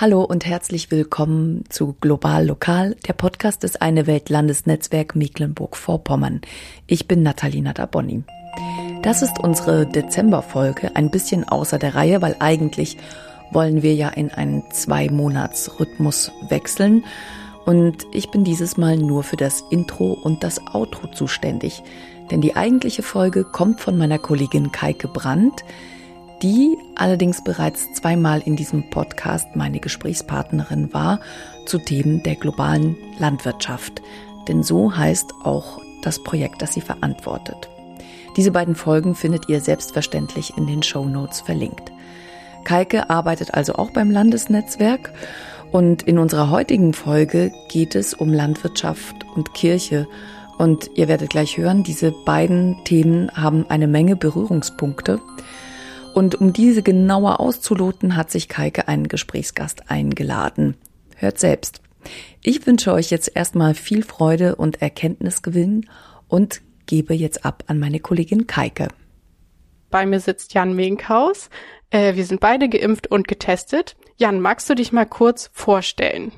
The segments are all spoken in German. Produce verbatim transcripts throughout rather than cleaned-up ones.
Hallo und herzlich willkommen zu Global Lokal, der Podcast des Eine Welt Landesnetzwerk Mecklenburg-Vorpommern. Ich bin Nathalie Nadabonny. Das ist unsere Dezemberfolge, ein bisschen außer der Reihe, weil eigentlich wollen wir ja in einen Zwei-Monats-Rhythmus wechseln. Und ich bin dieses Mal nur für das Intro und das Outro zuständig. Denn die eigentliche Folge kommt von meiner Kollegin Kaike Brandt, die allerdings bereits zweimal in diesem Podcast meine Gesprächspartnerin war zu Themen der globalen Landwirtschaft. Denn so heißt auch das Projekt, das sie verantwortet. Diese beiden Folgen findet ihr selbstverständlich in den Shownotes verlinkt. Kaike arbeitet also auch beim Landesnetzwerk und in unserer heutigen Folge geht es um Landwirtschaft und Kirche. Und ihr werdet gleich hören, diese beiden Themen haben eine Menge Berührungspunkte. Und um diese genauer auszuloten, hat sich Kaike einen Gesprächsgast eingeladen. Hört selbst. Ich wünsche euch jetzt erstmal viel Freude und Erkenntnisgewinn und gebe jetzt ab an meine Kollegin Kaike. Bei mir sitzt Jan Menkhaus. Äh, wir sind beide geimpft und getestet. Jan, magst du dich mal kurz vorstellen?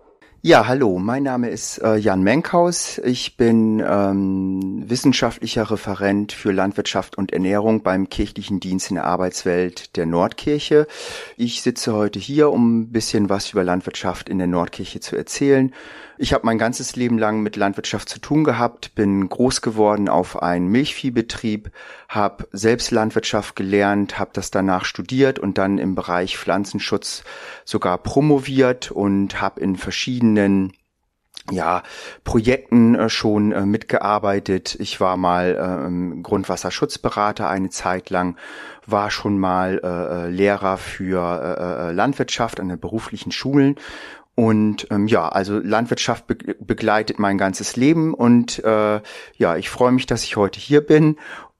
Ja, hallo, mein Name ist äh, Jan Menkhaus. Ich bin ähm, wissenschaftlicher Referent für Landwirtschaft und Ernährung beim Kirchlichen Dienst in der Arbeitswelt der Nordkirche. Ich sitze heute hier, um ein bisschen was über Landwirtschaft in der Nordkirche zu erzählen. Ich habe mein ganzes Leben lang mit Landwirtschaft zu tun gehabt, bin groß geworden auf einen Milchviehbetrieb, habe selbst Landwirtschaft gelernt, habe das danach studiert und dann im Bereich Pflanzenschutz sogar promoviert und habe in verschiedenen ja, Projekten äh, schon äh, mitgearbeitet. Ich war mal äh, Grundwasserschutzberater eine Zeit lang, war schon mal äh, Lehrer für äh, Landwirtschaft an den beruflichen Schulen. Und ähm, ja, also Landwirtschaft be- begleitet mein ganzes Leben und äh, ja, ich freue mich, dass ich heute hier bin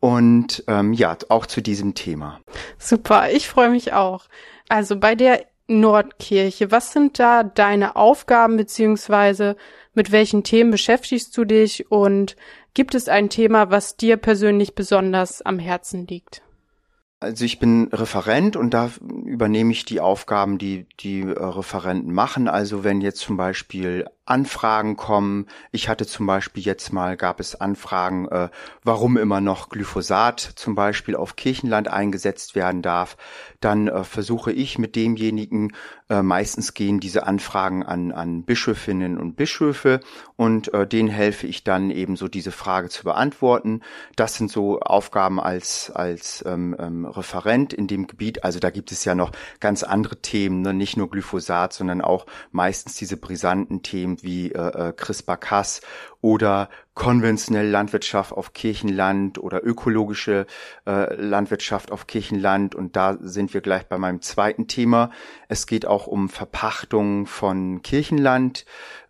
und ähm, ja, auch zu diesem Thema. Super, ich freue mich auch. Also bei der Nordkirche, was sind da deine Aufgaben beziehungsweise mit welchen Themen beschäftigst du dich und gibt es ein Thema, was dir persönlich besonders am Herzen liegt? Also ich bin Referent und da übernehme ich die Aufgaben, die die äh, Referenten machen. Also wenn jetzt zum Beispiel Anfragen kommen, ich hatte zum Beispiel jetzt mal, gab es Anfragen, äh, warum immer noch Glyphosat zum Beispiel auf Kirchenland eingesetzt werden darf, dann äh, versuche ich mit demjenigen, äh, meistens gehen diese Anfragen an an Bischöfinnen und Bischöfe und äh, denen helfe ich dann eben so diese Frage zu beantworten. Das sind so Aufgaben als als ähm, ähm, Referent in dem Gebiet. Also da gibt es ja noch ganz andere Themen, ne? Nicht nur Glyphosat, sondern auch meistens diese brisanten Themen wie äh, CRISPR-Cas oder konventionelle Landwirtschaft auf Kirchenland oder ökologische äh, Landwirtschaft auf Kirchenland. Und da sind wir gleich bei meinem zweiten Thema. Es geht auch um Verpachtung von Kirchenland.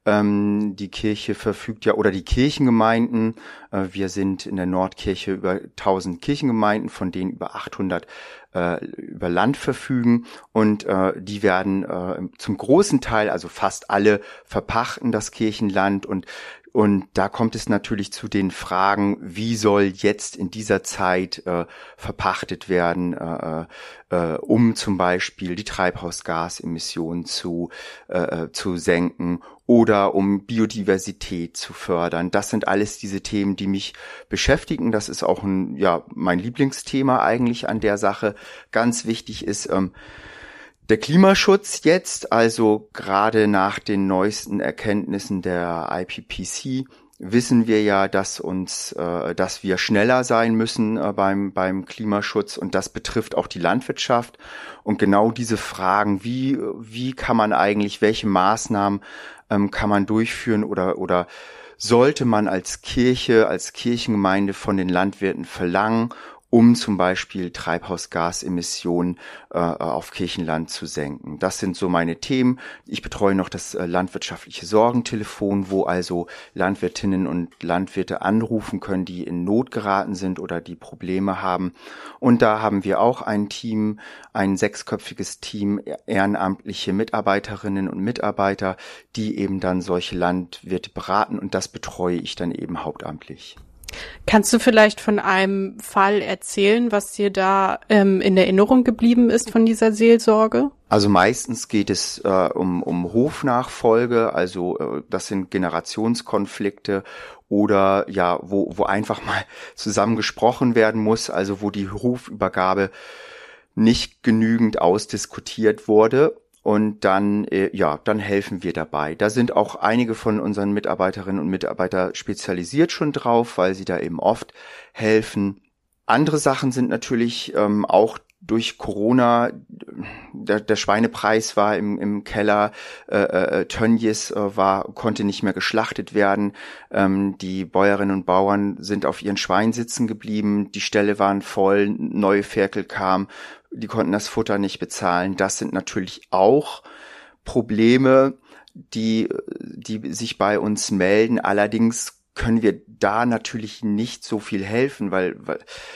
Ähm, die Kirche verfügt ja, oder die Kirchengemeinden, äh, wir sind in der Nordkirche über tausend Kirchengemeinden, von denen über achthundert äh, über Land verfügen und äh, die werden äh, zum großen Teil, also fast alle, verpachten das Kirchenland und Und da kommt es natürlich zu den Fragen, wie soll jetzt in dieser Zeit äh, verpachtet werden, äh, äh, um zum Beispiel die Treibhausgasemissionen zu, äh, zu senken oder um Biodiversität zu fördern. Das sind alles diese Themen, die mich beschäftigen. Das ist auch ein, ja, mein Lieblingsthema eigentlich an der Sache. Ganz wichtig ist, ähm, der Klimaschutz jetzt, also gerade nach den neuesten Erkenntnissen der I P C C, wissen wir ja, dass uns, äh, dass wir schneller sein müssen äh, beim beim Klimaschutz und das betrifft auch die Landwirtschaft. Und genau diese Fragen, wie wie kann man eigentlich, welche Maßnahmen ähm, kann man durchführen oder oder sollte man als Kirche, als Kirchengemeinde von den Landwirten verlangen, um zum Beispiel Treibhausgasemissionen äh, auf Kirchenland zu senken. Das sind so meine Themen. Ich betreue noch das äh, landwirtschaftliche Sorgentelefon, wo also Landwirtinnen und Landwirte anrufen können, die in Not geraten sind oder die Probleme haben. Und da haben wir auch ein Team, ein sechsköpfiges Team, ehrenamtliche Mitarbeiterinnen und Mitarbeiter, die eben dann solche Landwirte beraten und das betreue ich dann eben hauptamtlich. Kannst du vielleicht von einem Fall erzählen, was dir da ähm, in Erinnerung geblieben ist von dieser Seelsorge? Also meistens geht es äh, um, um Hofnachfolge, also äh, das sind Generationskonflikte oder ja, wo, wo einfach mal zusammen gesprochen werden muss, also wo die Hofübergabe nicht genügend ausdiskutiert wurde. Und dann, äh, ja, dann helfen wir dabei. Da sind auch einige von unseren Mitarbeiterinnen und Mitarbeitern spezialisiert schon drauf, weil sie da eben oft helfen. Andere Sachen sind natürlich ähm, auch durch Corona, der, der Schweinepreis war im, im Keller, äh, äh, Tönnies äh, war, konnte nicht mehr geschlachtet werden, ähm, die Bäuerinnen und Bauern sind auf ihren Schweinen sitzen geblieben, die Ställe waren voll, neue Ferkel kamen, die konnten das Futter nicht bezahlen. Das sind natürlich auch Probleme, die, die sich bei uns melden. Allerdings können wir da natürlich nicht so viel helfen, weil, weil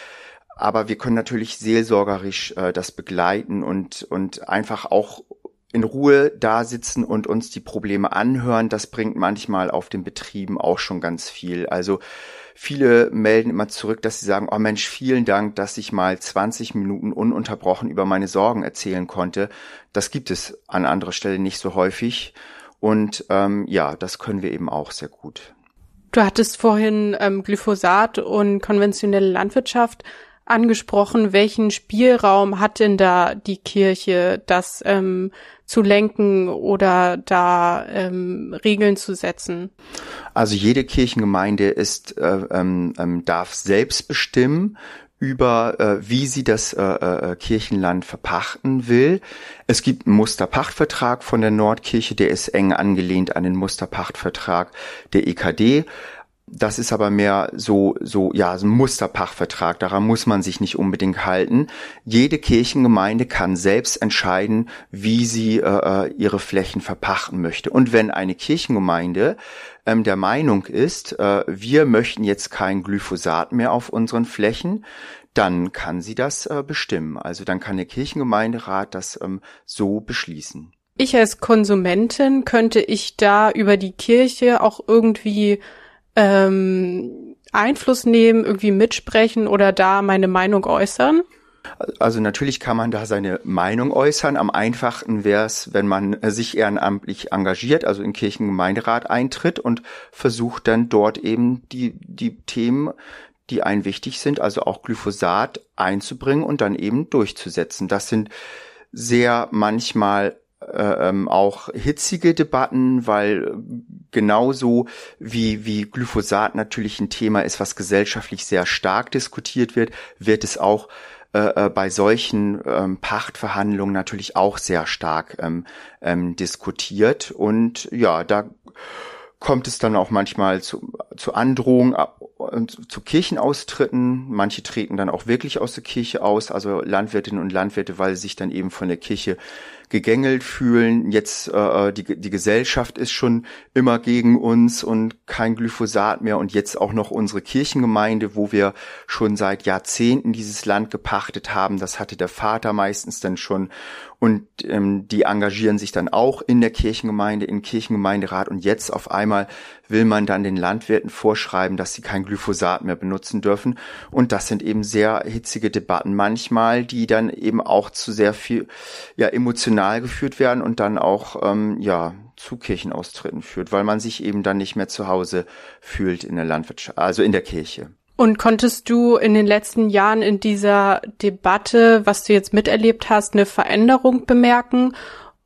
aber wir können natürlich seelsorgerisch äh, das begleiten und, und einfach auch in Ruhe da sitzen und uns die Probleme anhören. Das bringt manchmal auf den Betrieben auch schon ganz viel. Also viele melden immer zurück, dass sie sagen, oh Mensch, vielen Dank, dass ich mal zwanzig Minuten ununterbrochen über meine Sorgen erzählen konnte. Das gibt es an anderer Stelle nicht so häufig. Und ähm, ja, das können wir eben auch sehr gut. Du hattest vorhin ähm, Glyphosat und konventionelle Landwirtschaft angesprochen. Welchen Spielraum hat denn da die Kirche, das ähm, zu lenken oder da ähm, Regeln zu setzen? Also jede Kirchengemeinde ist äh, ähm, darf selbst bestimmen über äh, wie sie das äh, äh, Kirchenland verpachten will. Es gibt einen Musterpachtvertrag von der Nordkirche, der ist eng angelehnt an den Musterpachtvertrag der E K D. Das ist aber mehr so, so, ja, so ein Musterpachtvertrag. Daran muss man sich nicht unbedingt halten. Jede Kirchengemeinde kann selbst entscheiden, wie sie äh, ihre Flächen verpachten möchte. Und wenn eine Kirchengemeinde ähm, der Meinung ist, äh, wir möchten jetzt kein Glyphosat mehr auf unseren Flächen, dann kann sie das äh, bestimmen. Also dann kann der Kirchengemeinderat das ähm, so beschließen. Ich als Konsumentin, könnte ich da über die Kirche auch irgendwie ähm, Einfluss nehmen, irgendwie mitsprechen oder da meine Meinung äußern? Also natürlich kann man da seine Meinung äußern. Am einfachsten wäre es, wenn man sich ehrenamtlich engagiert, also in Kirchengemeinderat eintritt und versucht dann dort eben die, die Themen, die einen wichtig sind, also auch Glyphosat einzubringen und dann eben durchzusetzen. Das sind sehr manchmal Ähm, auch hitzige Debatten, weil genauso wie, wie Glyphosat natürlich ein Thema ist, was gesellschaftlich sehr stark diskutiert wird, wird es auch äh, bei solchen ähm, Pachtverhandlungen natürlich auch sehr stark ähm, ähm, diskutiert. Und ja, da kommt es dann auch manchmal zu, zu Androhungen, zu Kirchenaustritten. Manche treten dann auch wirklich aus der Kirche aus, also Landwirtinnen und Landwirte, weil sie sich dann eben von der Kirche gegängelt fühlen. Jetzt äh, die die Gesellschaft ist schon immer gegen uns und kein Glyphosat mehr und jetzt auch noch unsere Kirchengemeinde, wo wir schon seit Jahrzehnten dieses Land gepachtet haben. Das hatte der Vater meistens dann schon und ähm, die engagieren sich dann auch in der Kirchengemeinde, im Kirchengemeinderat und jetzt auf einmal will man dann den Landwirten vorschreiben, dass sie kein Glyphosat mehr benutzen dürfen und das sind eben sehr hitzige Debatten manchmal, die dann eben auch zu sehr viel ja emotional geführt werden und dann auch ähm, ja zu Kirchenaustritten führt, weil man sich eben dann nicht mehr zu Hause fühlt in der Landwirtschaft, also in der Kirche. Und konntest du in den letzten Jahren in dieser Debatte, was du jetzt miterlebt hast, eine Veränderung bemerken?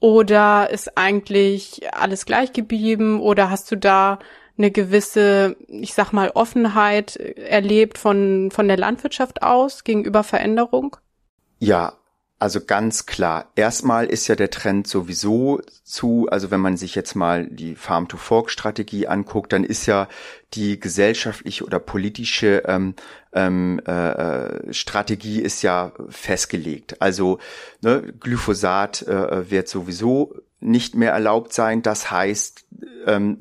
Oder ist eigentlich alles gleich geblieben? Oder hast du da eine gewisse, ich sag mal, Offenheit erlebt von, von der Landwirtschaft aus gegenüber Veränderung? Ja, also ganz klar. Erstmal ist ja der Trend sowieso zu, also wenn man sich jetzt mal die Farm-to-Fork-Strategie anguckt, dann ist ja die gesellschaftliche oder politische ähm, ähm, äh, Strategie ist ja festgelegt. Also ne, Glyphosat äh, wird sowieso nicht mehr erlaubt sein. Das heißt, ähm,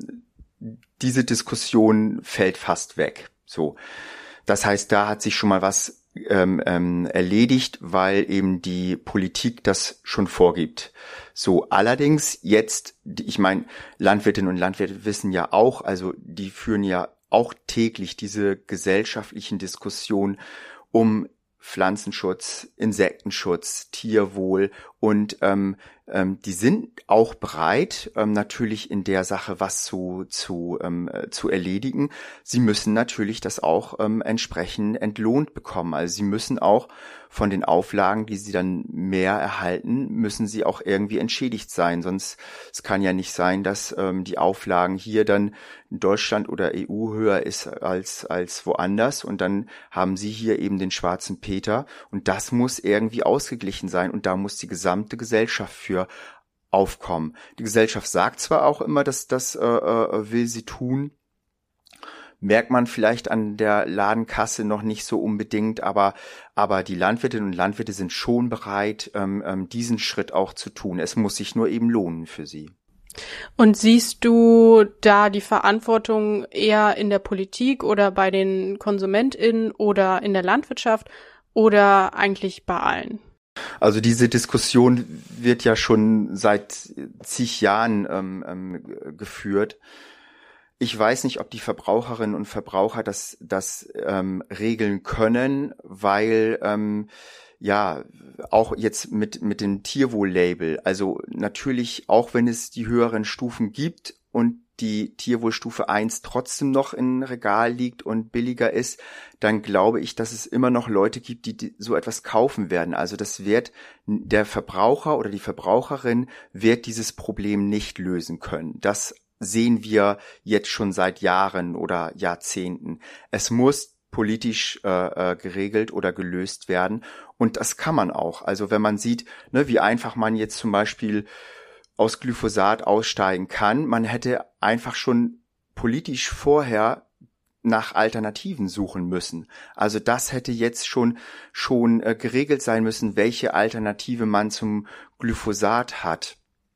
diese Diskussion fällt fast weg. So, das heißt, da hat sich schon mal was Ähm, ähm, erledigt, weil eben die Politik das schon vorgibt. So, allerdings jetzt, ich meine, Landwirtinnen und Landwirte wissen ja auch, also die führen ja auch täglich diese gesellschaftlichen Diskussionen um Pflanzenschutz, Insektenschutz, Tierwohl und ähm, ähm, die sind auch bereit, ähm, natürlich in der Sache was zu zu ähm, zu erledigen. Sie müssen natürlich das auch ähm, entsprechend entlohnt bekommen. Also sie müssen auch von den Auflagen, die sie dann mehr erhalten, müssen sie auch irgendwie entschädigt sein. Sonst, es kann ja nicht sein, dass ähm, die Auflagen hier dann in Deutschland oder E U höher ist als als woanders und dann haben sie hier eben den schwarzen Peter und das muss irgendwie ausgeglichen sein und da muss die gesamte Gesellschaft für aufkommen. Die Gesellschaft sagt zwar auch immer, dass das äh, äh, will sie tun, merkt man vielleicht an der Ladenkasse noch nicht so unbedingt, aber aber die Landwirtinnen und Landwirte sind schon bereit, ähm, ähm, diesen Schritt auch zu tun. Es muss sich nur eben lohnen für sie. Und siehst du da die Verantwortung eher in der Politik oder bei den KonsumentInnen oder in der Landwirtschaft oder eigentlich bei allen? Also diese Diskussion wird ja schon seit zig Jahren ähm, ähm, geführt. Ich weiß nicht, ob die Verbraucherinnen und Verbraucher das das ähm, regeln können, weil ähm, ja auch jetzt mit mit dem Tierwohl-Label, also natürlich auch wenn es die höheren Stufen gibt und die Tierwohlstufe eins trotzdem noch im Regal liegt und billiger ist, dann glaube ich, dass es immer noch Leute gibt, die, die so etwas kaufen werden. Also das wird der Verbraucher oder die Verbraucherin wird dieses Problem nicht lösen können. Das sehen wir jetzt schon seit Jahren oder Jahrzehnten. Es muss politisch äh, äh, geregelt oder gelöst werden und das kann man auch. Also wenn man sieht, ne, wie einfach man jetzt zum Beispiel aus Glyphosat aussteigen kann, man hätte einfach schon politisch vorher nach Alternativen suchen müssen. Also das hätte jetzt schon schon äh, geregelt sein müssen, welche Alternative man zum Glyphosat hat.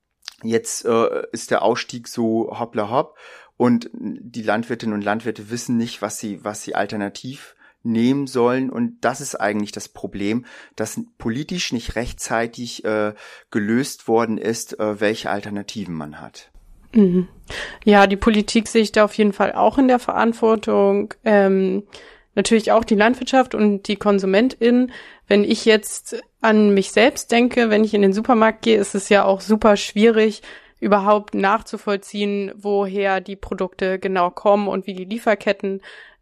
Jetzt äh, ist der Ausstieg so hoppla hopp und die Landwirtinnen und Landwirte wissen nicht, was sie was sie alternativ nehmen sollen und das ist eigentlich das Problem, dass politisch nicht rechtzeitig äh, gelöst worden ist, äh, welche Alternativen man hat. Mhm. Ja, die Politik sehe ich da auf jeden Fall auch in der Verantwortung. Ähm, natürlich auch die Landwirtschaft und die KonsumentInnen. Wenn ich jetzt an mich selbst denke, wenn ich in den Supermarkt gehe, ist es ja auch super schwierig, überhaupt nachzuvollziehen, woher die Produkte genau kommen und wie die Lieferketten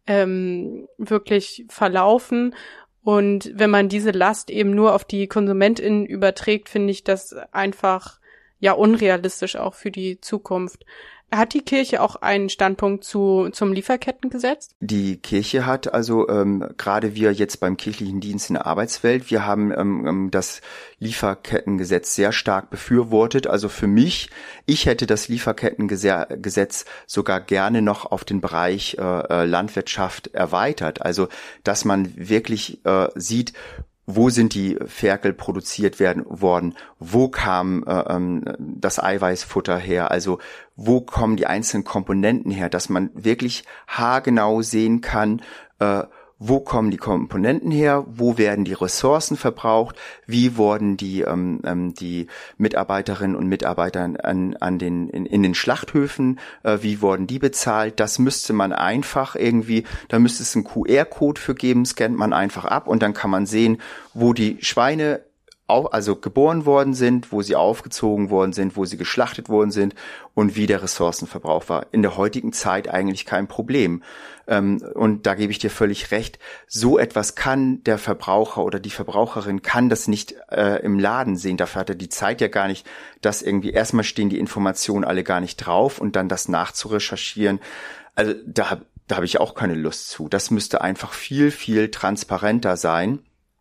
ähm, wirklich verlaufen. Und wenn man diese Last eben nur auf die KonsumentInnen überträgt, finde ich das einfach ja unrealistisch auch für die Zukunft. Hat die Kirche auch einen Standpunkt zu zum Lieferkettengesetz? Die Kirche hat also ähm, gerade wir jetzt beim kirchlichen Dienst in der Arbeitswelt, wir haben ähm, das Lieferkettengesetz sehr stark befürwortet. Also für mich, ich hätte das Lieferkettengesetz sogar gerne noch auf den Bereich äh, Landwirtschaft erweitert. Also dass man wirklich äh, sieht, wo sind die Ferkel produziert werden worden? Wo kam äh, ähm, das Eiweißfutter her? Also wo kommen die einzelnen Komponenten her? Dass man wirklich haargenau sehen kann, äh, wo kommen die Komponenten her? Wo werden die Ressourcen verbraucht? Wie wurden die ähm, ähm, die Mitarbeiterinnen und Mitarbeiter an, an den in, in den Schlachthöfen? Äh, wie wurden die bezahlt? Das müsste man einfach irgendwie. Da müsste es einen Q R-Code für geben. Scannt man einfach ab und dann kann man sehen, wo die Schweine auch, also geboren worden sind, wo sie aufgezogen worden sind, wo sie geschlachtet worden sind und wie der Ressourcenverbrauch war. In der heutigen Zeit eigentlich kein Problem. Ähm, und da gebe ich dir völlig recht. So etwas kann der Verbraucher oder die Verbraucherin kann das nicht äh, im Laden sehen. Dafür hat er die Zeit ja gar nicht, dass irgendwie erstmal stehen die Informationen alle gar nicht drauf und dann das nachzurecherchieren. Also da, da habe ich auch keine Lust zu. Das müsste einfach viel, viel transparenter sein,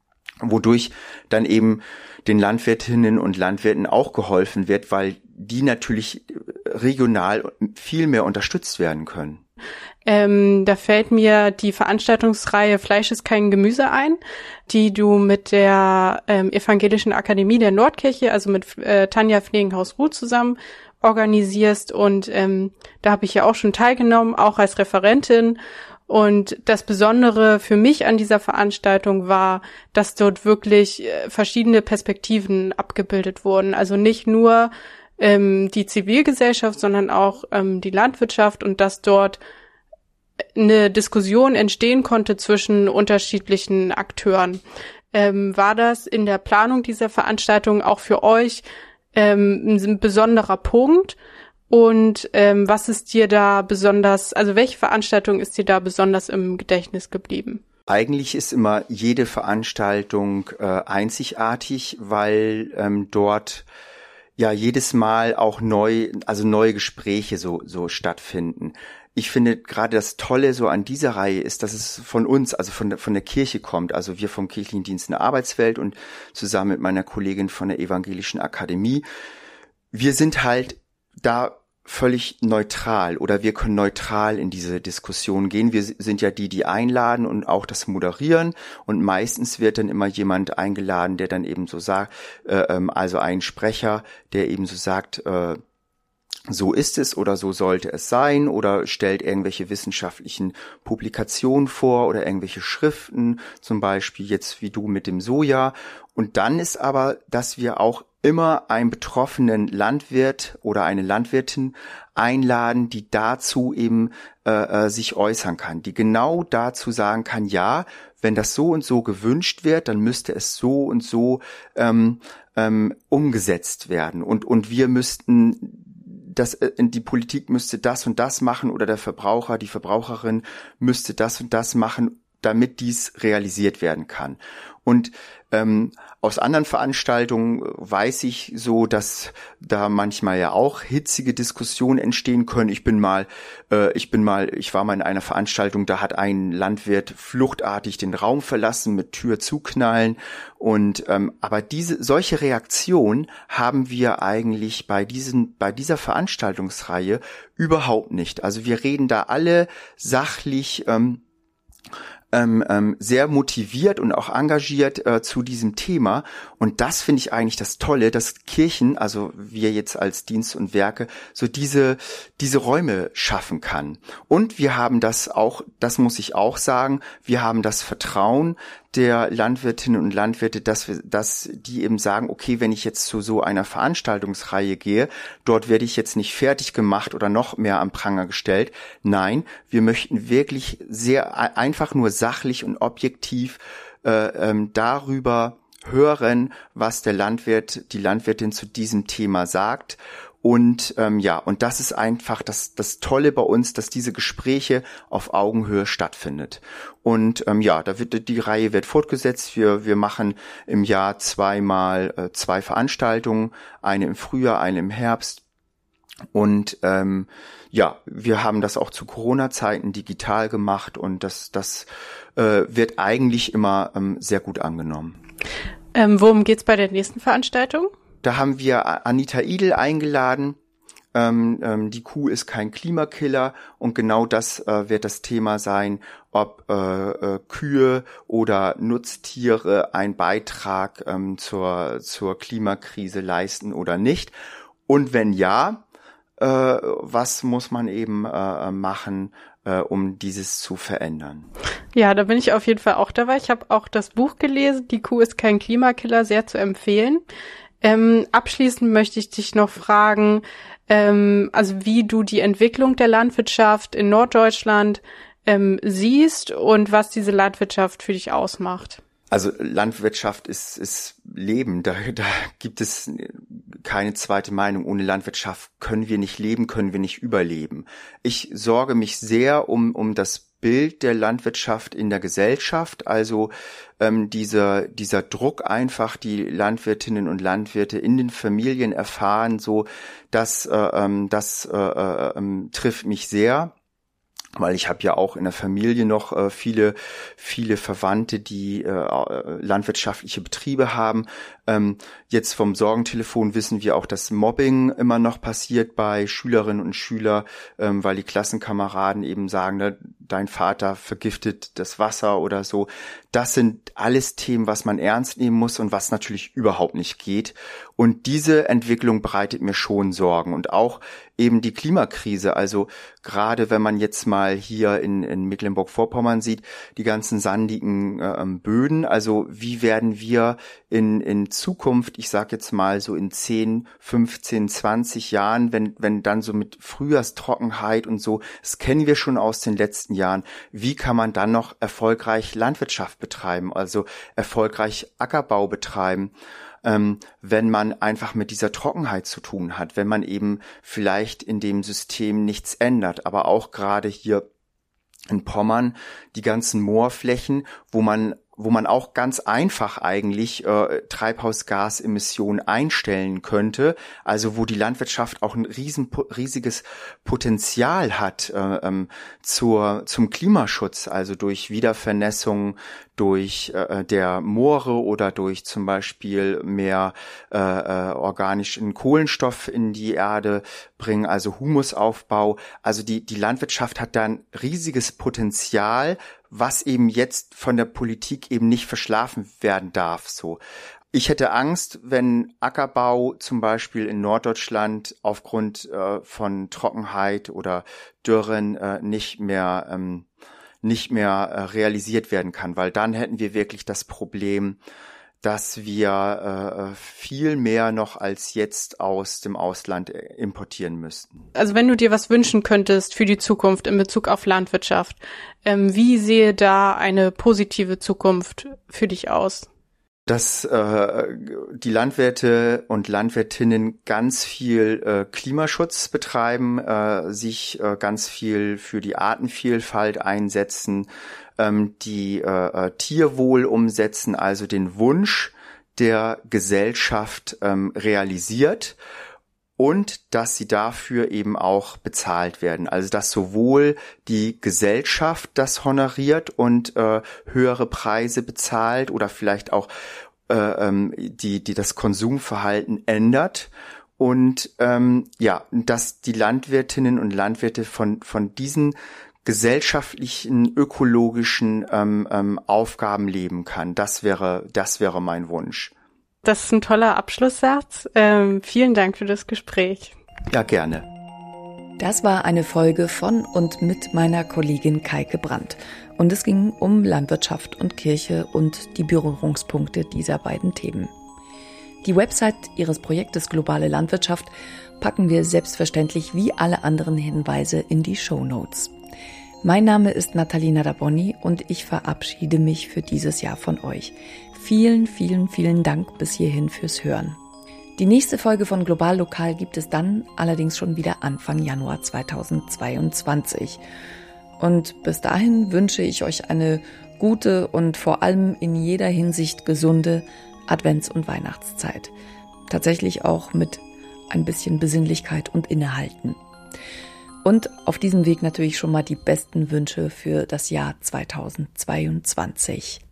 wodurch dann eben den Landwirtinnen und Landwirten auch geholfen wird, weil die natürlich regional viel mehr unterstützt werden können. Ähm, da fällt mir die Veranstaltungsreihe Fleisch ist kein Gemüse ein, die du mit der ähm, Evangelischen Akademie der Nordkirche, also mit äh, Tanja Pflegenhaus-Ruh zusammen organisierst. Und ähm, da habe ich ja auch schon teilgenommen, auch als Referentin. Und das Besondere für mich an dieser Veranstaltung war, dass dort wirklich verschiedene Perspektiven abgebildet wurden. Also nicht nur ähm, die Zivilgesellschaft, sondern auch ähm, die Landwirtschaft und dass dort eine Diskussion entstehen konnte zwischen unterschiedlichen Akteuren. Ähm, war das in der Planung dieser Veranstaltung auch für euch ähm, ein besonderer Punkt? Und ähm, was ist dir da besonders, also welche Veranstaltung ist dir da besonders im Gedächtnis geblieben? Eigentlich ist immer jede Veranstaltung äh, einzigartig, weil ähm, dort ja jedes Mal auch neu, also neue Gespräche so so stattfinden. Ich finde gerade das Tolle so an dieser Reihe ist, dass es von uns, also von der, von der Kirche kommt, also wir vom Kirchlichen Dienst in der Arbeitswelt und zusammen mit meiner Kollegin von der Evangelischen Akademie. Wir sind halt da völlig neutral oder wir können neutral in diese Diskussion gehen. Wir sind ja die, die einladen und auch das moderieren und meistens wird dann immer jemand eingeladen, der dann eben so sagt, äh, also ein Sprecher, der eben so sagt, äh, so ist es oder so sollte es sein oder stellt irgendwelche wissenschaftlichen Publikationen vor oder irgendwelche Schriften, zum Beispiel jetzt wie du mit dem Soja. Und dann ist aber, dass wir auch immer einen betroffenen Landwirt oder eine Landwirtin einladen, die dazu eben äh, sich äußern kann, die genau dazu sagen kann, ja, wenn das so und so gewünscht wird, dann müsste es so und so ähm, ähm, umgesetzt werden und und wir müssten das, die Politik müsste das und das machen oder der Verbraucher, die Verbraucherin müsste das und das machen, damit dies realisiert werden kann. Und ähm, aus anderen Veranstaltungen weiß ich so, dass da manchmal ja auch hitzige Diskussionen entstehen können. Ich bin mal, äh, ich bin mal, ich war mal in einer Veranstaltung, da hat ein Landwirt fluchtartig den Raum verlassen mit Tür zuknallen. Und ähm, aber diese solche Reaktionen haben wir eigentlich bei diesen bei dieser Veranstaltungsreihe überhaupt nicht. Also wir reden da alle sachlich. Ähm, Ähm, ähm, sehr motiviert und auch engagiert äh, zu diesem Thema. Und das finde ich eigentlich das Tolle, dass Kirchen, also wir jetzt als Dienst und Werke, so diese diese Räume schaffen kann. Und wir haben das auch, das muss ich auch sagen, wir haben das Vertrauen der Landwirtinnen und Landwirte, dass wir, dass die eben sagen, okay, wenn ich jetzt zu so einer Veranstaltungsreihe gehe, dort werde ich jetzt nicht fertig gemacht oder noch mehr am Pranger gestellt. Nein, wir möchten wirklich sehr einfach nur sachlich und objektiv äh, ähm, darüber hören, was der Landwirt, die Landwirtin zu diesem Thema sagt. Und ähm, ja, und das ist einfach das das Tolle bei uns, dass diese Gespräche auf Augenhöhe stattfindet. Und ähm, ja, da wird die Reihe wird fortgesetzt. Wir wir machen im Jahr zweimal äh, zwei Veranstaltungen, eine im Frühjahr, eine im Herbst. Und ähm, ja, wir haben das auch zu Corona-Zeiten digital gemacht und das das äh, wird eigentlich immer ähm, sehr gut angenommen. Ähm, worum geht's bei der nächsten Veranstaltung? Da haben wir Anita Idel eingeladen. Ähm, ähm, die Kuh ist kein Klimakiller und genau das äh, wird das Thema sein, ob äh, äh, Kühe oder Nutztiere einen Beitrag ähm, zur zur Klimakrise leisten oder nicht. Und wenn ja, äh, was muss man eben äh, machen, äh, um dieses zu verändern? Ja, da bin ich auf jeden Fall auch dabei. Ich habe auch das Buch gelesen, Die Kuh ist kein Klimakiller, sehr zu empfehlen. Ähm, abschließend möchte ich dich noch fragen, ähm, also wie du die Entwicklung der Landwirtschaft in Norddeutschland ähm, siehst und was diese Landwirtschaft für dich ausmacht. Also Landwirtschaft ist, ist Leben, da, da gibt es keine zweite Meinung. Ohne Landwirtschaft können wir nicht leben, können wir nicht überleben. Ich sorge mich sehr um, um das Bild der Landwirtschaft in der Gesellschaft, also ähm, dieser dieser Druck einfach, die Landwirtinnen und Landwirte in den Familien erfahren, so dass äh, ähm, das äh, äh, ähm, trifft mich sehr. Weil ich habe ja auch in der Familie noch äh, viele viele Verwandte, die äh, landwirtschaftliche Betriebe haben. Ähm, jetzt vom Sorgentelefon wissen wir auch, dass Mobbing immer noch passiert bei Schülerinnen und Schülern, ähm, weil die Klassenkameraden eben sagen, ne, dein Vater vergiftet das Wasser oder so. Das sind alles Themen, was man ernst nehmen muss und was natürlich überhaupt nicht geht. Und diese Entwicklung bereitet mir schon Sorgen. Und auch eben die Klimakrise, also gerade wenn man jetzt mal hier in, in Mecklenburg-Vorpommern sieht, die ganzen sandigen äh, Böden, also wie werden wir in, in Zukunft, ich sag jetzt mal so in zehn, fünfzehn, zwanzig Jahren, wenn, wenn dann so mit Frühjahrstrockenheit und so, das kennen wir schon aus den letzten Jahren, wie kann man dann noch erfolgreich Landwirtschaft betreiben, also erfolgreich Ackerbau betreiben? Ähm, wenn man einfach mit dieser Trockenheit zu tun hat, wenn man eben vielleicht in dem System nichts ändert, aber auch gerade hier in Pommern die ganzen Moorflächen, wo man wo man auch ganz einfach eigentlich äh, Treibhausgasemissionen einstellen könnte, also wo die Landwirtschaft auch ein riesen, riesiges Potenzial hat äh, ähm, zur zum Klimaschutz, also durch Wiedervernässung, durch äh, der Moore oder durch zum Beispiel mehr äh, äh, organischen Kohlenstoff in die Erde bringen, also Humusaufbau. Also die die Landwirtschaft hat da ein riesiges Potenzial, was eben jetzt von der Politik eben nicht verschlafen werden darf, so. Ich hätte Angst, wenn Ackerbau zum Beispiel in Norddeutschland aufgrund äh, von Trockenheit oder Dürren äh, nicht mehr ähm, nicht mehr äh, realisiert werden kann, weil dann hätten wir wirklich das Problem, dass wir äh, viel mehr noch als jetzt aus dem Ausland importieren müssten. Also wenn du dir was wünschen könntest für die Zukunft in Bezug auf Landwirtschaft, ähm, wie sehe da eine positive Zukunft für dich aus? Dass äh, die Landwirte und Landwirtinnen ganz viel äh, Klimaschutz betreiben, äh, sich äh, ganz viel für die Artenvielfalt einsetzen, ähm, die äh, Tierwohl umsetzen, also den Wunsch der Gesellschaft ähm, realisiert. Und dass sie dafür eben auch bezahlt werden. Also dass sowohl die Gesellschaft das honoriert und äh, höhere Preise bezahlt oder vielleicht auch äh, ähm, die, die das Konsumverhalten ändert. Und ähm, ja, dass die Landwirtinnen und Landwirte von von diesen gesellschaftlichen, ökologischen ähm, ähm, Aufgaben leben kann. Das wäre, das wäre mein Wunsch. Das ist ein toller Abschlusssatz. Ähm, vielen Dank für das Gespräch. Ja, gerne. Das war eine Folge von und mit meiner Kollegin Kaike Brandt. Und es ging um Landwirtschaft und Kirche und die Berührungspunkte dieser beiden Themen. Die Website ihres Projektes Globale Landwirtschaft packen wir selbstverständlich wie alle anderen Hinweise in die Shownotes. Mein Name ist Nathalie Nadabonny und ich verabschiede mich für dieses Jahr von euch. Vielen, vielen, vielen Dank bis hierhin fürs Hören. Die nächste Folge von Global Lokal gibt es dann allerdings schon wieder Anfang Januar zweitausendzweiundzwanzig. Und bis dahin wünsche ich euch eine gute und vor allem in jeder Hinsicht gesunde Advents- und Weihnachtszeit. Tatsächlich auch mit ein bisschen Besinnlichkeit und Innehalten. Und auf diesem Weg natürlich schon mal die besten Wünsche für das Jahr zweitausendzweiundzwanzig.